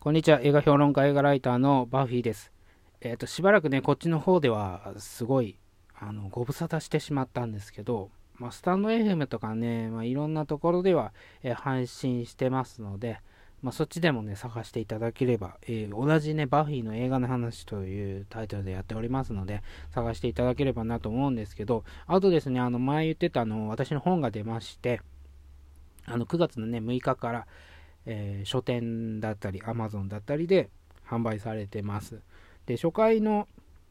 こんにちは。映画評論家、映画ライターのバーフィーです。しばらくね、こっちの方ではすごい、ご無沙汰してしまったんですけど、スタンド FM とかね、いろんなところでは、配信してますので、そっちでもね、探していただければ、同じね、バフィーの映画の話というタイトルでやっておりますので、探していただければなと思うんですけど、あとですね、前言ってた私の本が出まして、9月のね、6日から、書店だったり Amazon だったりで販売されてます。で、初回の、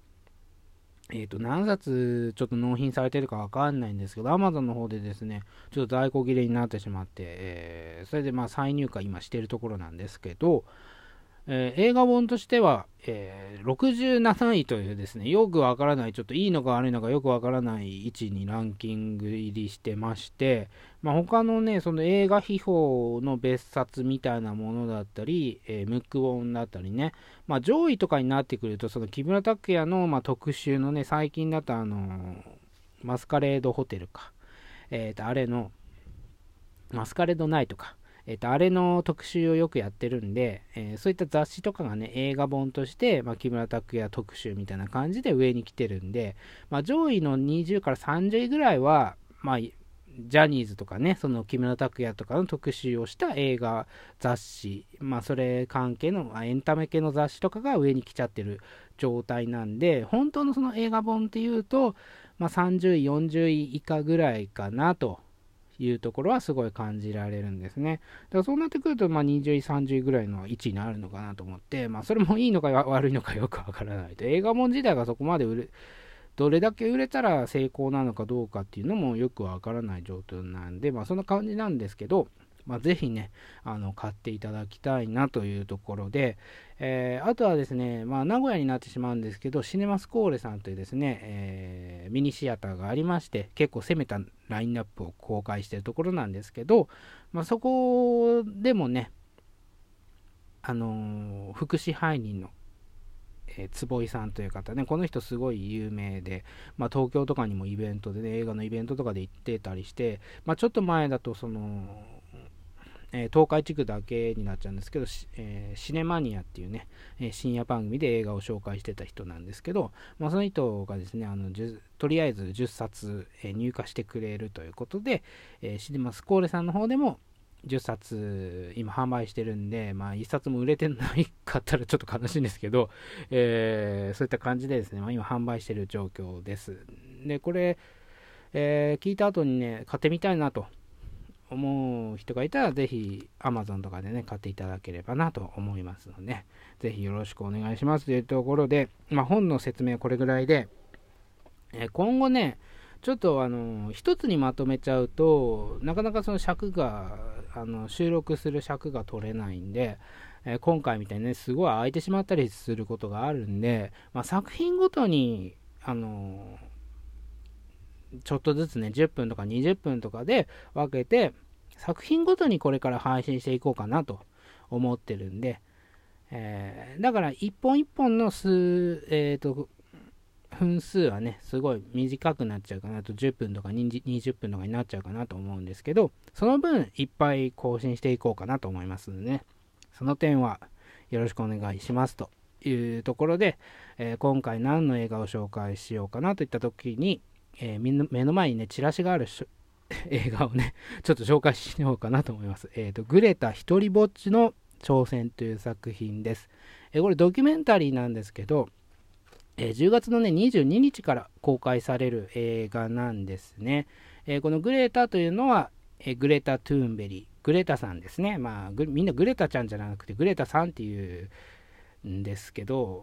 何冊ちょっと納品されてるかわかんないんですけど、Amazon の方でですね、ちょっと在庫切れになってしまって、それで再入荷今しているところなんですけど、映画本としては、67位というですね、よくわからない、ちょっといいのか悪いのかよくわからない位置にランキング入りしてまして、他のね、その映画秘宝の別冊みたいなものだったり、ムック本だったりね、上位とかになってくると、その木村拓哉の、特集のね、最近だとマスカレードホテルか、あれの、マスカレードナイトか、あれの特集をよくやってるんで、そういった雑誌とかがね、映画本として、木村拓哉特集みたいな感じで上に来てるんで、上位の20から30位ぐらいは、ジャニーズとかね、その木村拓哉とかの特集をした映画雑誌、それ関係の、エンタメ系の雑誌とかが上に来ちゃってる状態なんで、本当のその映画本っていうと、30位、40位以下ぐらいかなというところはすごい感じられるんですね。だからそうなってくると、20位、30位ぐらいの位置になるのかなと思って、それもいいのか悪いのかよくわからないと。映画本自体がそこまでどれだけ売れたら成功なのかどうかっていうのもよくわからない状態なんで、そんな感じなんですけど、ぜひね、買っていただきたいなというところで、あとはですね、名古屋になってしまうんですけど、シネマスコーレさんというですね、ミニシアターがありまして、結構攻めたラインナップを公開しているところなんですけど、そこでもね、副支配人の坪井さんという方ね、この人すごい有名で、東京とかにもイベントでね、映画のイベントとかで行ってたりして、ちょっと前だと東海地区だけになっちゃうんですけど、シネマニアっていうね、深夜番組で映画を紹介してた人なんですけど、その人がですね、とりあえず10冊、入荷してくれるということで、シネマスコーレさんの方でも10冊今販売してるんで、1冊も売れてないかったらちょっと悲しいんですけど、そういった感じでですね、今販売してる状況です。で、これ、聞いた後にね、買ってみたいなと思う人がいたら、ぜひ Amazon とかでね、買っていただければなと思いますので、ぜひよろしくお願いしますというところで、本の説明はこれぐらいで、今後ね、ちょっと一つにまとめちゃうと、なかなかその尺が、収録する尺が取れないんで、今回みたいにね、すごい空いてしまったりすることがあるんで、作品ごとに、ちょっとずつね、10分とか20分とかで分けて、作品ごとにこれから配信していこうかなと思ってるんで、だから一本一本の分数はね、すごい短くなっちゃうかなと、10分とか20分とかになっちゃうかなと思うんですけど、その分いっぱい更新していこうかなと思いますのでね、その点はよろしくお願いしますというところで、今回何の映画を紹介しようかなといった時に、目の前にね、チラシがある映画をね、ちょっと紹介しようかなと思います。グレタ一人ぼっちの挑戦という作品です。これドキュメンタリーなんですけど、10月のね、22日から公開される映画なんですね。このグレタというのは、グレタ・トゥーンベリー、グレタさんですね。みんなグレタちゃんじゃなくて、グレタさんっていうんですけど、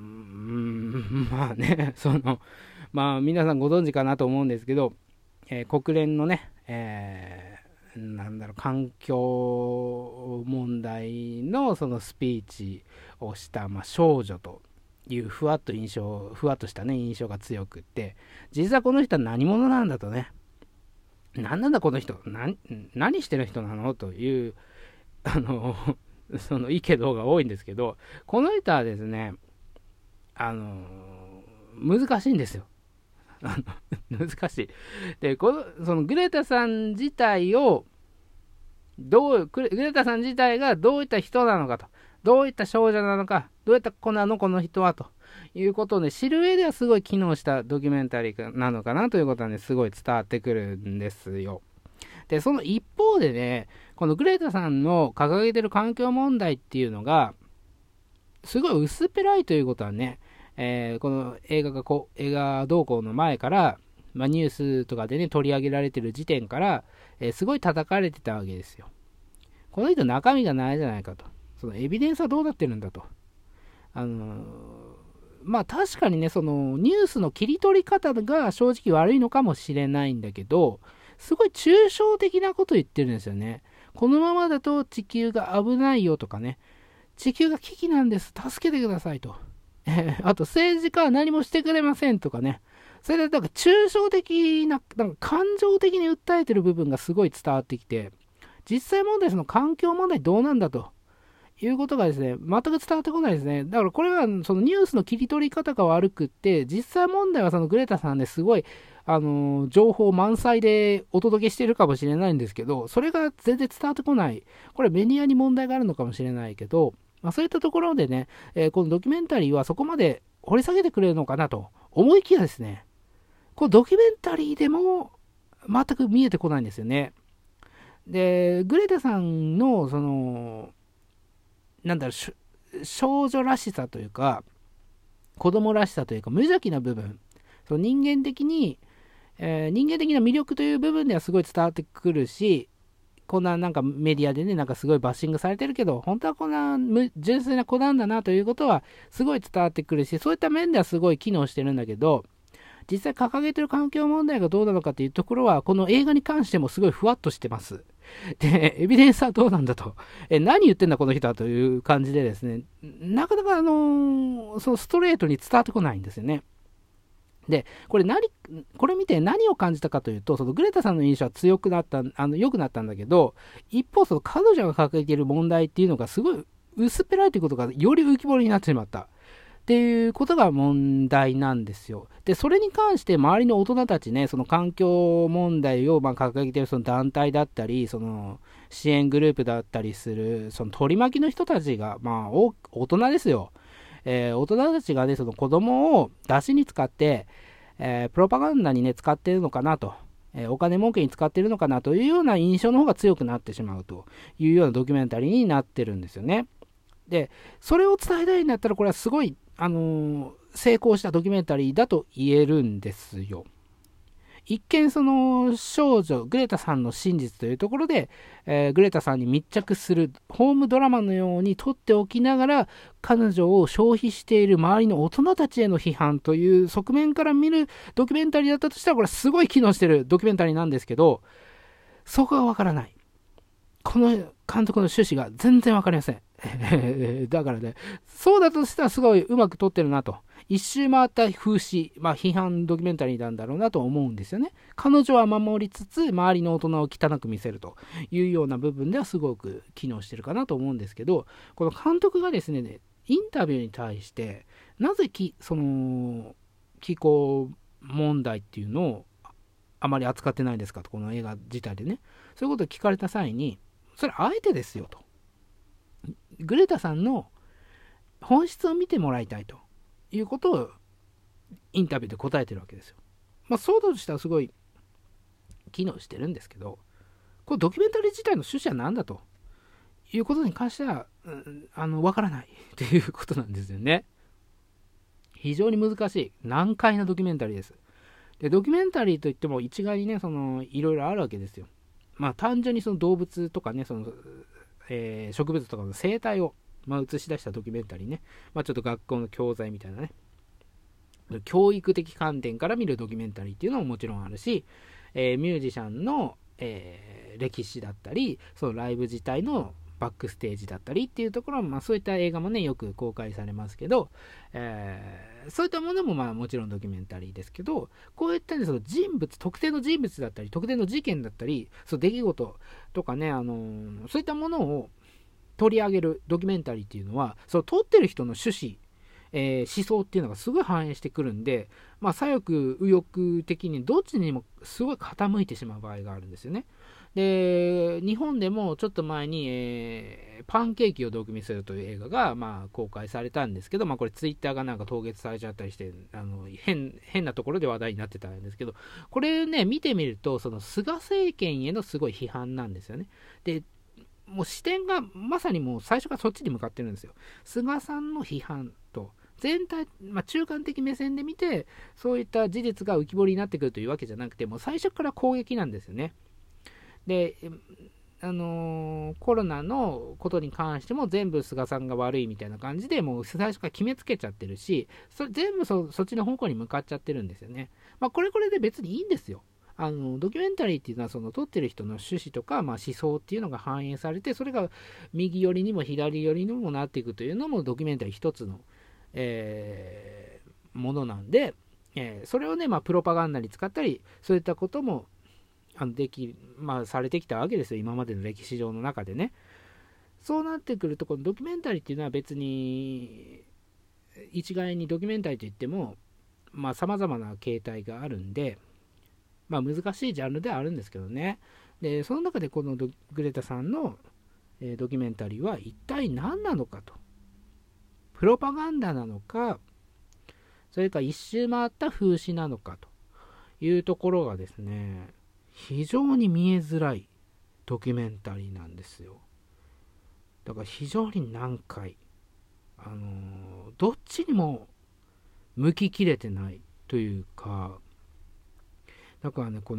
皆さんご存知かなと思うんですけど、国連のね、環境問題のそのスピーチをした、少女というふわっとしたね、印象が強くって、実はこの人は何者なんだとね、何なんだこの人、何してる人なのという、その意見動画が多いんですけど、この人はですね、難しいんですよ。難しい。で、そのグレタさん自体がどういった人なのかと。 どういった少女なのか、どういった子なのこの人はということをね、知る上ではすごい機能したドキュメンタリーなのかなということはね、すごい伝わってくるんですよ。で、その一方でね、このグレタさんの掲げてる環境問題っていうのが、すごい薄っぺらいということはね、この映画動向の前から、ニュースとかでね、取り上げられてる時点から、すごい叩かれてたわけですよ。この人中身がないじゃないかと。そのエビデンスはどうなってるんだと。確かにね、そのニュースの切り取り方が正直悪いのかもしれないんだけど、すごい抽象的なこと言ってるんですよね。このままだと地球が危ないよとかね、地球が危機なんです、助けてくださいと。あと政治家は何もしてくれませんとかね。それでなんか抽象的な、なんか感情的に訴えてる部分がすごい伝わってきて、実際問題その環境問題どうなんだということがですね、全く伝わってこないですね。だからこれはそのニュースの切り取り方が悪くって、実際問題はそのグレタさんですごい、情報満載でお届けしているかもしれないんですけど、それが全然伝わってこない。これメディアに問題があるのかもしれないけど、そういったところでね、このドキュメンタリーはそこまで掘り下げてくれるのかなと思いきやですね、このドキュメンタリーでも全く見えてこないんですよね。で、グレタさんのその少女らしさというか子供らしさというか無邪気な部分、その人間的な魅力という部分ではすごい伝わってくるし、こんななんかメディアでね、なんかすごいバッシングされてるけど、本当はこんな純粋な子なんだなということはすごい伝わってくるし、そういった面ではすごい機能してるんだけど、実際掲げてる環境問題がどうなのかというところは、この映画に関してもすごいふわっとしてます。で、エビデンスはどうなんだと。何言ってんだこの人はという感じでですね、なかなかそのストレートに伝わってこないんですよね。で、これ見て何を感じたかというと、そのグレタさんの印象は良くなったんだけど、一方、その彼女が抱えている問題っていうのがすごい薄っぺらいということがより浮き彫りになってしまった。っていうことが問題なんですよ。で、それに関して周りの大人たちね、その環境問題を掲げているその団体だったり、その支援グループだったりする、その取り巻きの人たちが、大人ですよ。大人たちがね、その子供を出しに使って、プロパガンダにね、使っているのかなと。お金儲けに使っているのかなというような印象の方が強くなってしまうというようなドキュメンタリーになってるんですよね。で、それを伝えたいんだったら、これはすごい成功したドキュメンタリーだと言えるんですよ。一見その少女グレタさんの真実というところで、グレタさんに密着するホームドラマのように撮っておきながら、彼女を消費している周りの大人たちへの批判という側面から見るドキュメンタリーだったとしたら、これはすごい機能しているドキュメンタリーなんですけど、そこがわからない。この監督の趣旨が全然わかりません。だからね、そうだとしたらすごいうまく撮ってるなと。一周回った風刺、批判ドキュメンタリーなんだろうなと思うんですよね。彼女は守りつつ、周りの大人を汚く見せるというような部分ではすごく機能してるかなと思うんですけど、この監督がですね、インタビューに対して、なぜその気候問題っていうのをあまり扱ってないんですかと、この映画自体でね。そういうことを聞かれた際に、それあえてですよと。グレタさんの本質を見てもらいたいということをインタビューで答えてるわけですよ。そうだとしたらすごい機能してるんですけど、これドキュメンタリー自体の趣旨は何だということに関しては、わからないということなんですよね。非常に難しい難解なドキュメンタリーです。で、ドキュメンタリーといっても一概にね、いろいろあるわけですよ。単純にその動物とかね、植物とかの生態を、映し出したドキュメンタリーね、ちょっと学校の教材みたいなね、教育的観点から見るドキュメンタリーっていうのももちろんあるし、ミュージシャンの、歴史だったり、そのライブ自体のバックステージだったりっていうところは、そういった映画もね、よく公開されますけど、そういったものももちろんドキュメンタリーですけど、こういったね、その特定の人物だったり、特定の事件だったり、その出来事とかね、そういったものを取り上げるドキュメンタリーっていうのは、その撮ってる人の趣旨、思想っていうのがすごい反映してくるんで、左翼右翼的にどっちにもすごい傾いてしまう場合があるんですよね。 で、日本でもちょっと前に、パンケーキをドキュメンするという映画が、公開されたんですけど、これツイッターがなんか凍結されちゃったりして、変なところで話題になってたんですけど、これね、見てみると、その菅政権へのすごい批判なんですよね。で、もう視点がまさにもう最初からそっちに向かってるんですよ。菅さんの批判と、全体、中間的目線で見て、そういった事実が浮き彫りになってくるというわけじゃなくて、もう最初から攻撃なんですよね。で、コロナのことに関しても全部菅さんが悪いみたいな感じでもう最初から決めつけちゃってるし、全部そっちの方向に向かっちゃってるんですよね。これで別にいいんですよ。ドキュメンタリーっていうのはその撮ってる人の趣旨とか、思想っていうのが反映されて、それが右寄りにも左寄りにもなっていくというのもドキュメンタリー一つの、ものなんで、それをね、プロパガンダに使ったり、そういったこともされてきたわけですよ、今までの歴史上の中でね。そうなってくると、このドキュメンタリーっていうのは別に、一概にドキュメンタリーといっても、様々な形態があるんで、難しいジャンルではあるんですけどね。で、その中でこのグレタさんの、ドキュメンタリーは一体何なのかと。プロパガンダなのか、それか一周回った風刺なのかというところがですね、非常に見えづらいドキュメンタリーなんですよ。だから非常に難解。どっちにも向ききれてないというか、だからね、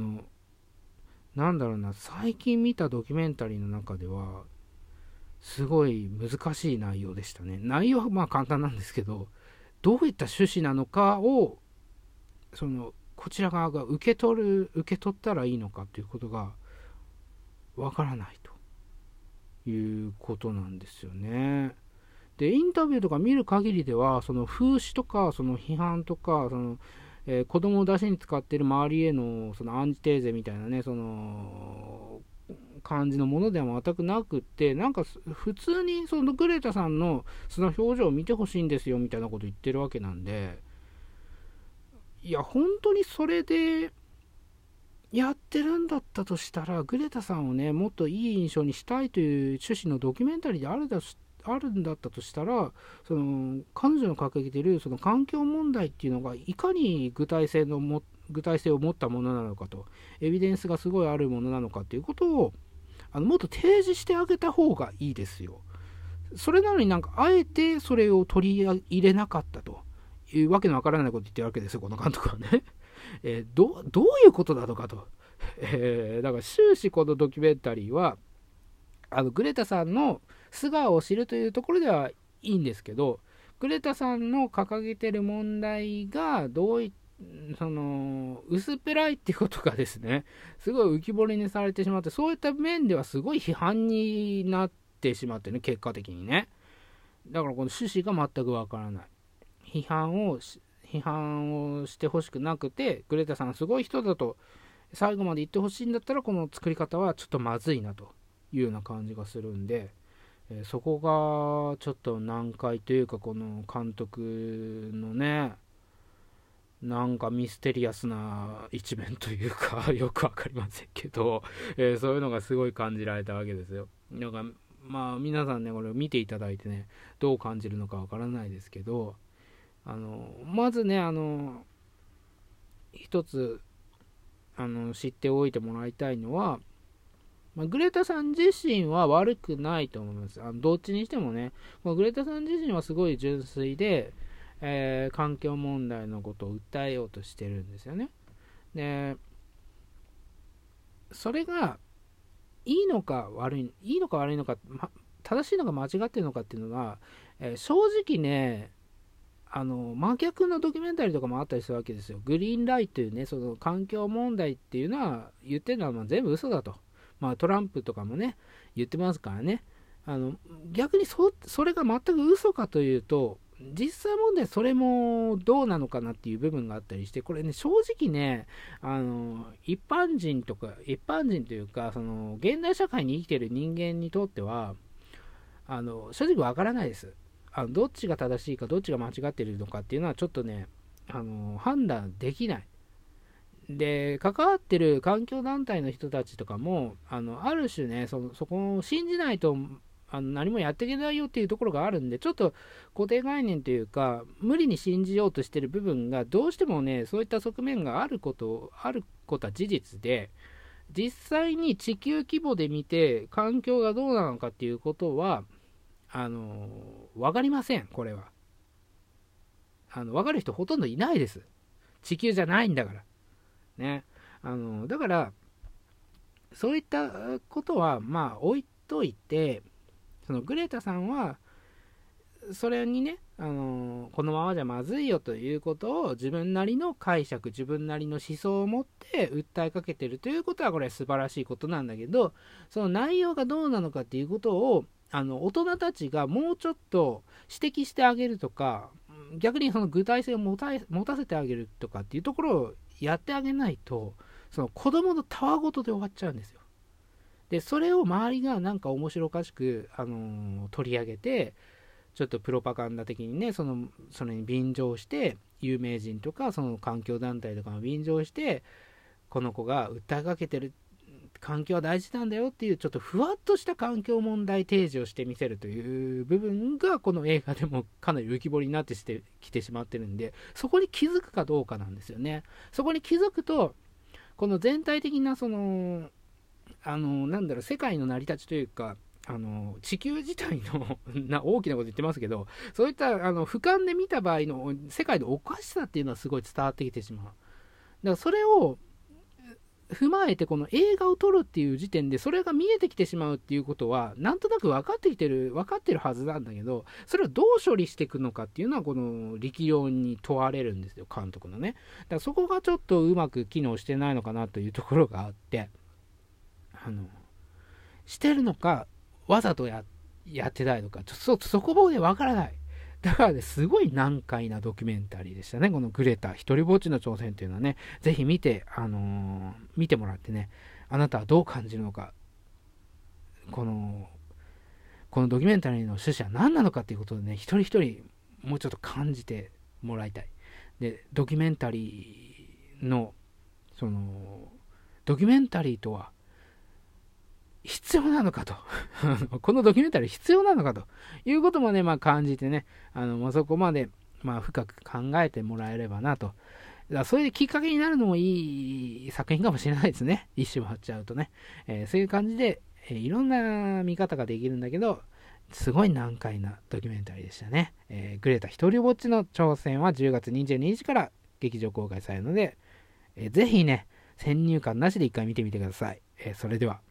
最近見たドキュメンタリーの中では、すごい難しい内容でしたね。内容は簡単なんですけど、どういった趣旨なのかを、こちら側が受け取ったらいいのかということがわからないということなんですよね。で、インタビューとか見る限りでは、その風刺とか、その批判とか、子供を出しに使っている周りへのそのアンチテーゼみたいなね、その感じのものでは全くなくって、なんか普通にそのグレタさんのその表情を見てほしいんですよみたいなこと言ってるわけなんで、いや本当にそれでやってるんだったとしたら、グレタさんをねもっといい印象にしたいという趣旨のドキュメンタリーであるんだったとしたら、その彼女の掲げているその環境問題っていうのがいかに具体性を持ったものなのかと、エビデンスがすごいあるものなのかということをもっと提示してあげた方がいいですよ。それなのになんかあえてそれを取り入れなかったというわけのわからないこと言ってるわけですよ、この監督はね。どういうことなのかと。だから終始このドキュメンタリーはグレタさんの素顔を知るというところではいいんですけど、グレタさんの掲げてる問題が薄っぺらいっていうことがですね、すごい浮き彫りにされてしまって、そういった面ではすごい批判になってしまってね、結果的にね。だからこの趣旨が全くわからない。批判をしてほしくなくて、グレタさんすごい人だと最後まで言ってほしいんだったら、この作り方はちょっとまずいなというような感じがするんで、そこがちょっと難解というか、この監督のね、なんかミステリアスな一面というかよくわかりませんけど、そういうのがすごい感じられたわけですよ。だから皆さんね、これを見ていただいてね、どう感じるのかわからないですけど、まずね、一つ知っておいてもらいたいのは、グレタさん自身は悪くないと思います。どっちにしてもね、グレタさん自身はすごい純粋で、環境問題のことを訴えようとしてるんですよね。で、それがいいのか悪いのか、正しいのか間違ってるのかっていうのは、正直ね、真逆のドキュメンタリーとかもあったりするわけですよ。グリーンライトというね、その環境問題っていうのは言ってるのは全部嘘だと。トランプとかもね、言ってますからね。逆にそれが全く嘘かというと、実際問題それもどうなのかなっていう部分があったりして、これね、正直ね、一般人というか、その現代社会に生きている人間にとっては、正直わからないです。どっちが正しいかどっちが間違っているのかっていうのはちょっとね、判断できない。 で、関わってる環境団体の人たちとかも、ある種ね、そこを信じないと何もやっていけないよっていうところがあるんで、ちょっと固定概念というか、無理に信じようとしてる部分が、どうしてもね、そういった側面があることは事実で、実際に地球規模で見て、環境がどうなのかっていうことは、分かりません、これは。分かる人ほとんどいないです。地球じゃないんだから。ね。だから、そういったことは、まあ、置いといて、そのグレタさんは、それにね、このままじゃまずいよということを自分なりの解釈、自分なりの思想を持って訴えかけてるということは、これは素晴らしいことなんだけど、その内容がどうなのかっていうことを、大人たちがもうちょっと指摘してあげるとか、逆にその具体性を持たせてあげるとかっていうところをやってあげないと、その子供のたわごとで終わっちゃうんですよ。で、それを周りがなんか面白おかしく、取り上げて、ちょっとプロパガンダ的にね、それに便乗して、有名人とか、その環境団体とかも便乗して、この子が訴えかけてる環境は大事なんだよっていう、ちょっとふわっとした環境問題提示をしてみせるという部分が、この映画でもかなり浮き彫りになってきてしまってるんで、そこに気づくかどうかなんですよね。そこに気づくと、この全体的な、世界の成り立ちというか、地球自体の大きなこと言ってますけど、そういった俯瞰で見た場合の世界のおかしさっていうのはすごい伝わってきてしまう。だからそれを踏まえて、この映画を撮るっていう時点でそれが見えてきてしまうっていうことは、なんとなく分かってるはずなんだけど、それをどう処理していくのかっていうのは、この力量に問われるんですよ、監督のね。だからそこがちょっとうまく機能してないのかなというところがあって、してるのか、わざとやってないのか、そこまでわからない。だからね、すごい難解なドキュメンタリーでしたね。このグレタ、一人ぼっちの挑戦っていうのはね、ぜひ見てもらってね、あなたはどう感じるのか、このドキュメンタリーの趣旨は何なのかっていうことをね、一人一人もうちょっと感じてもらいたい。で、ドキュメンタリーとは、必要なのかとこのドキュメンタリー必要なのかということもね、感じてね、そこまで、深く考えてもらえればなと。だからそれできっかけになるのもいい作品かもしれないですね。一周回っちゃうとね。そういう感じで、いろんな見方ができるんだけど、すごい難解なドキュメンタリーでしたね。グレタ一人ぼっちの挑戦は10月22日から劇場公開されるので、ぜひね、先入観なしで一回見てみてください。それでは。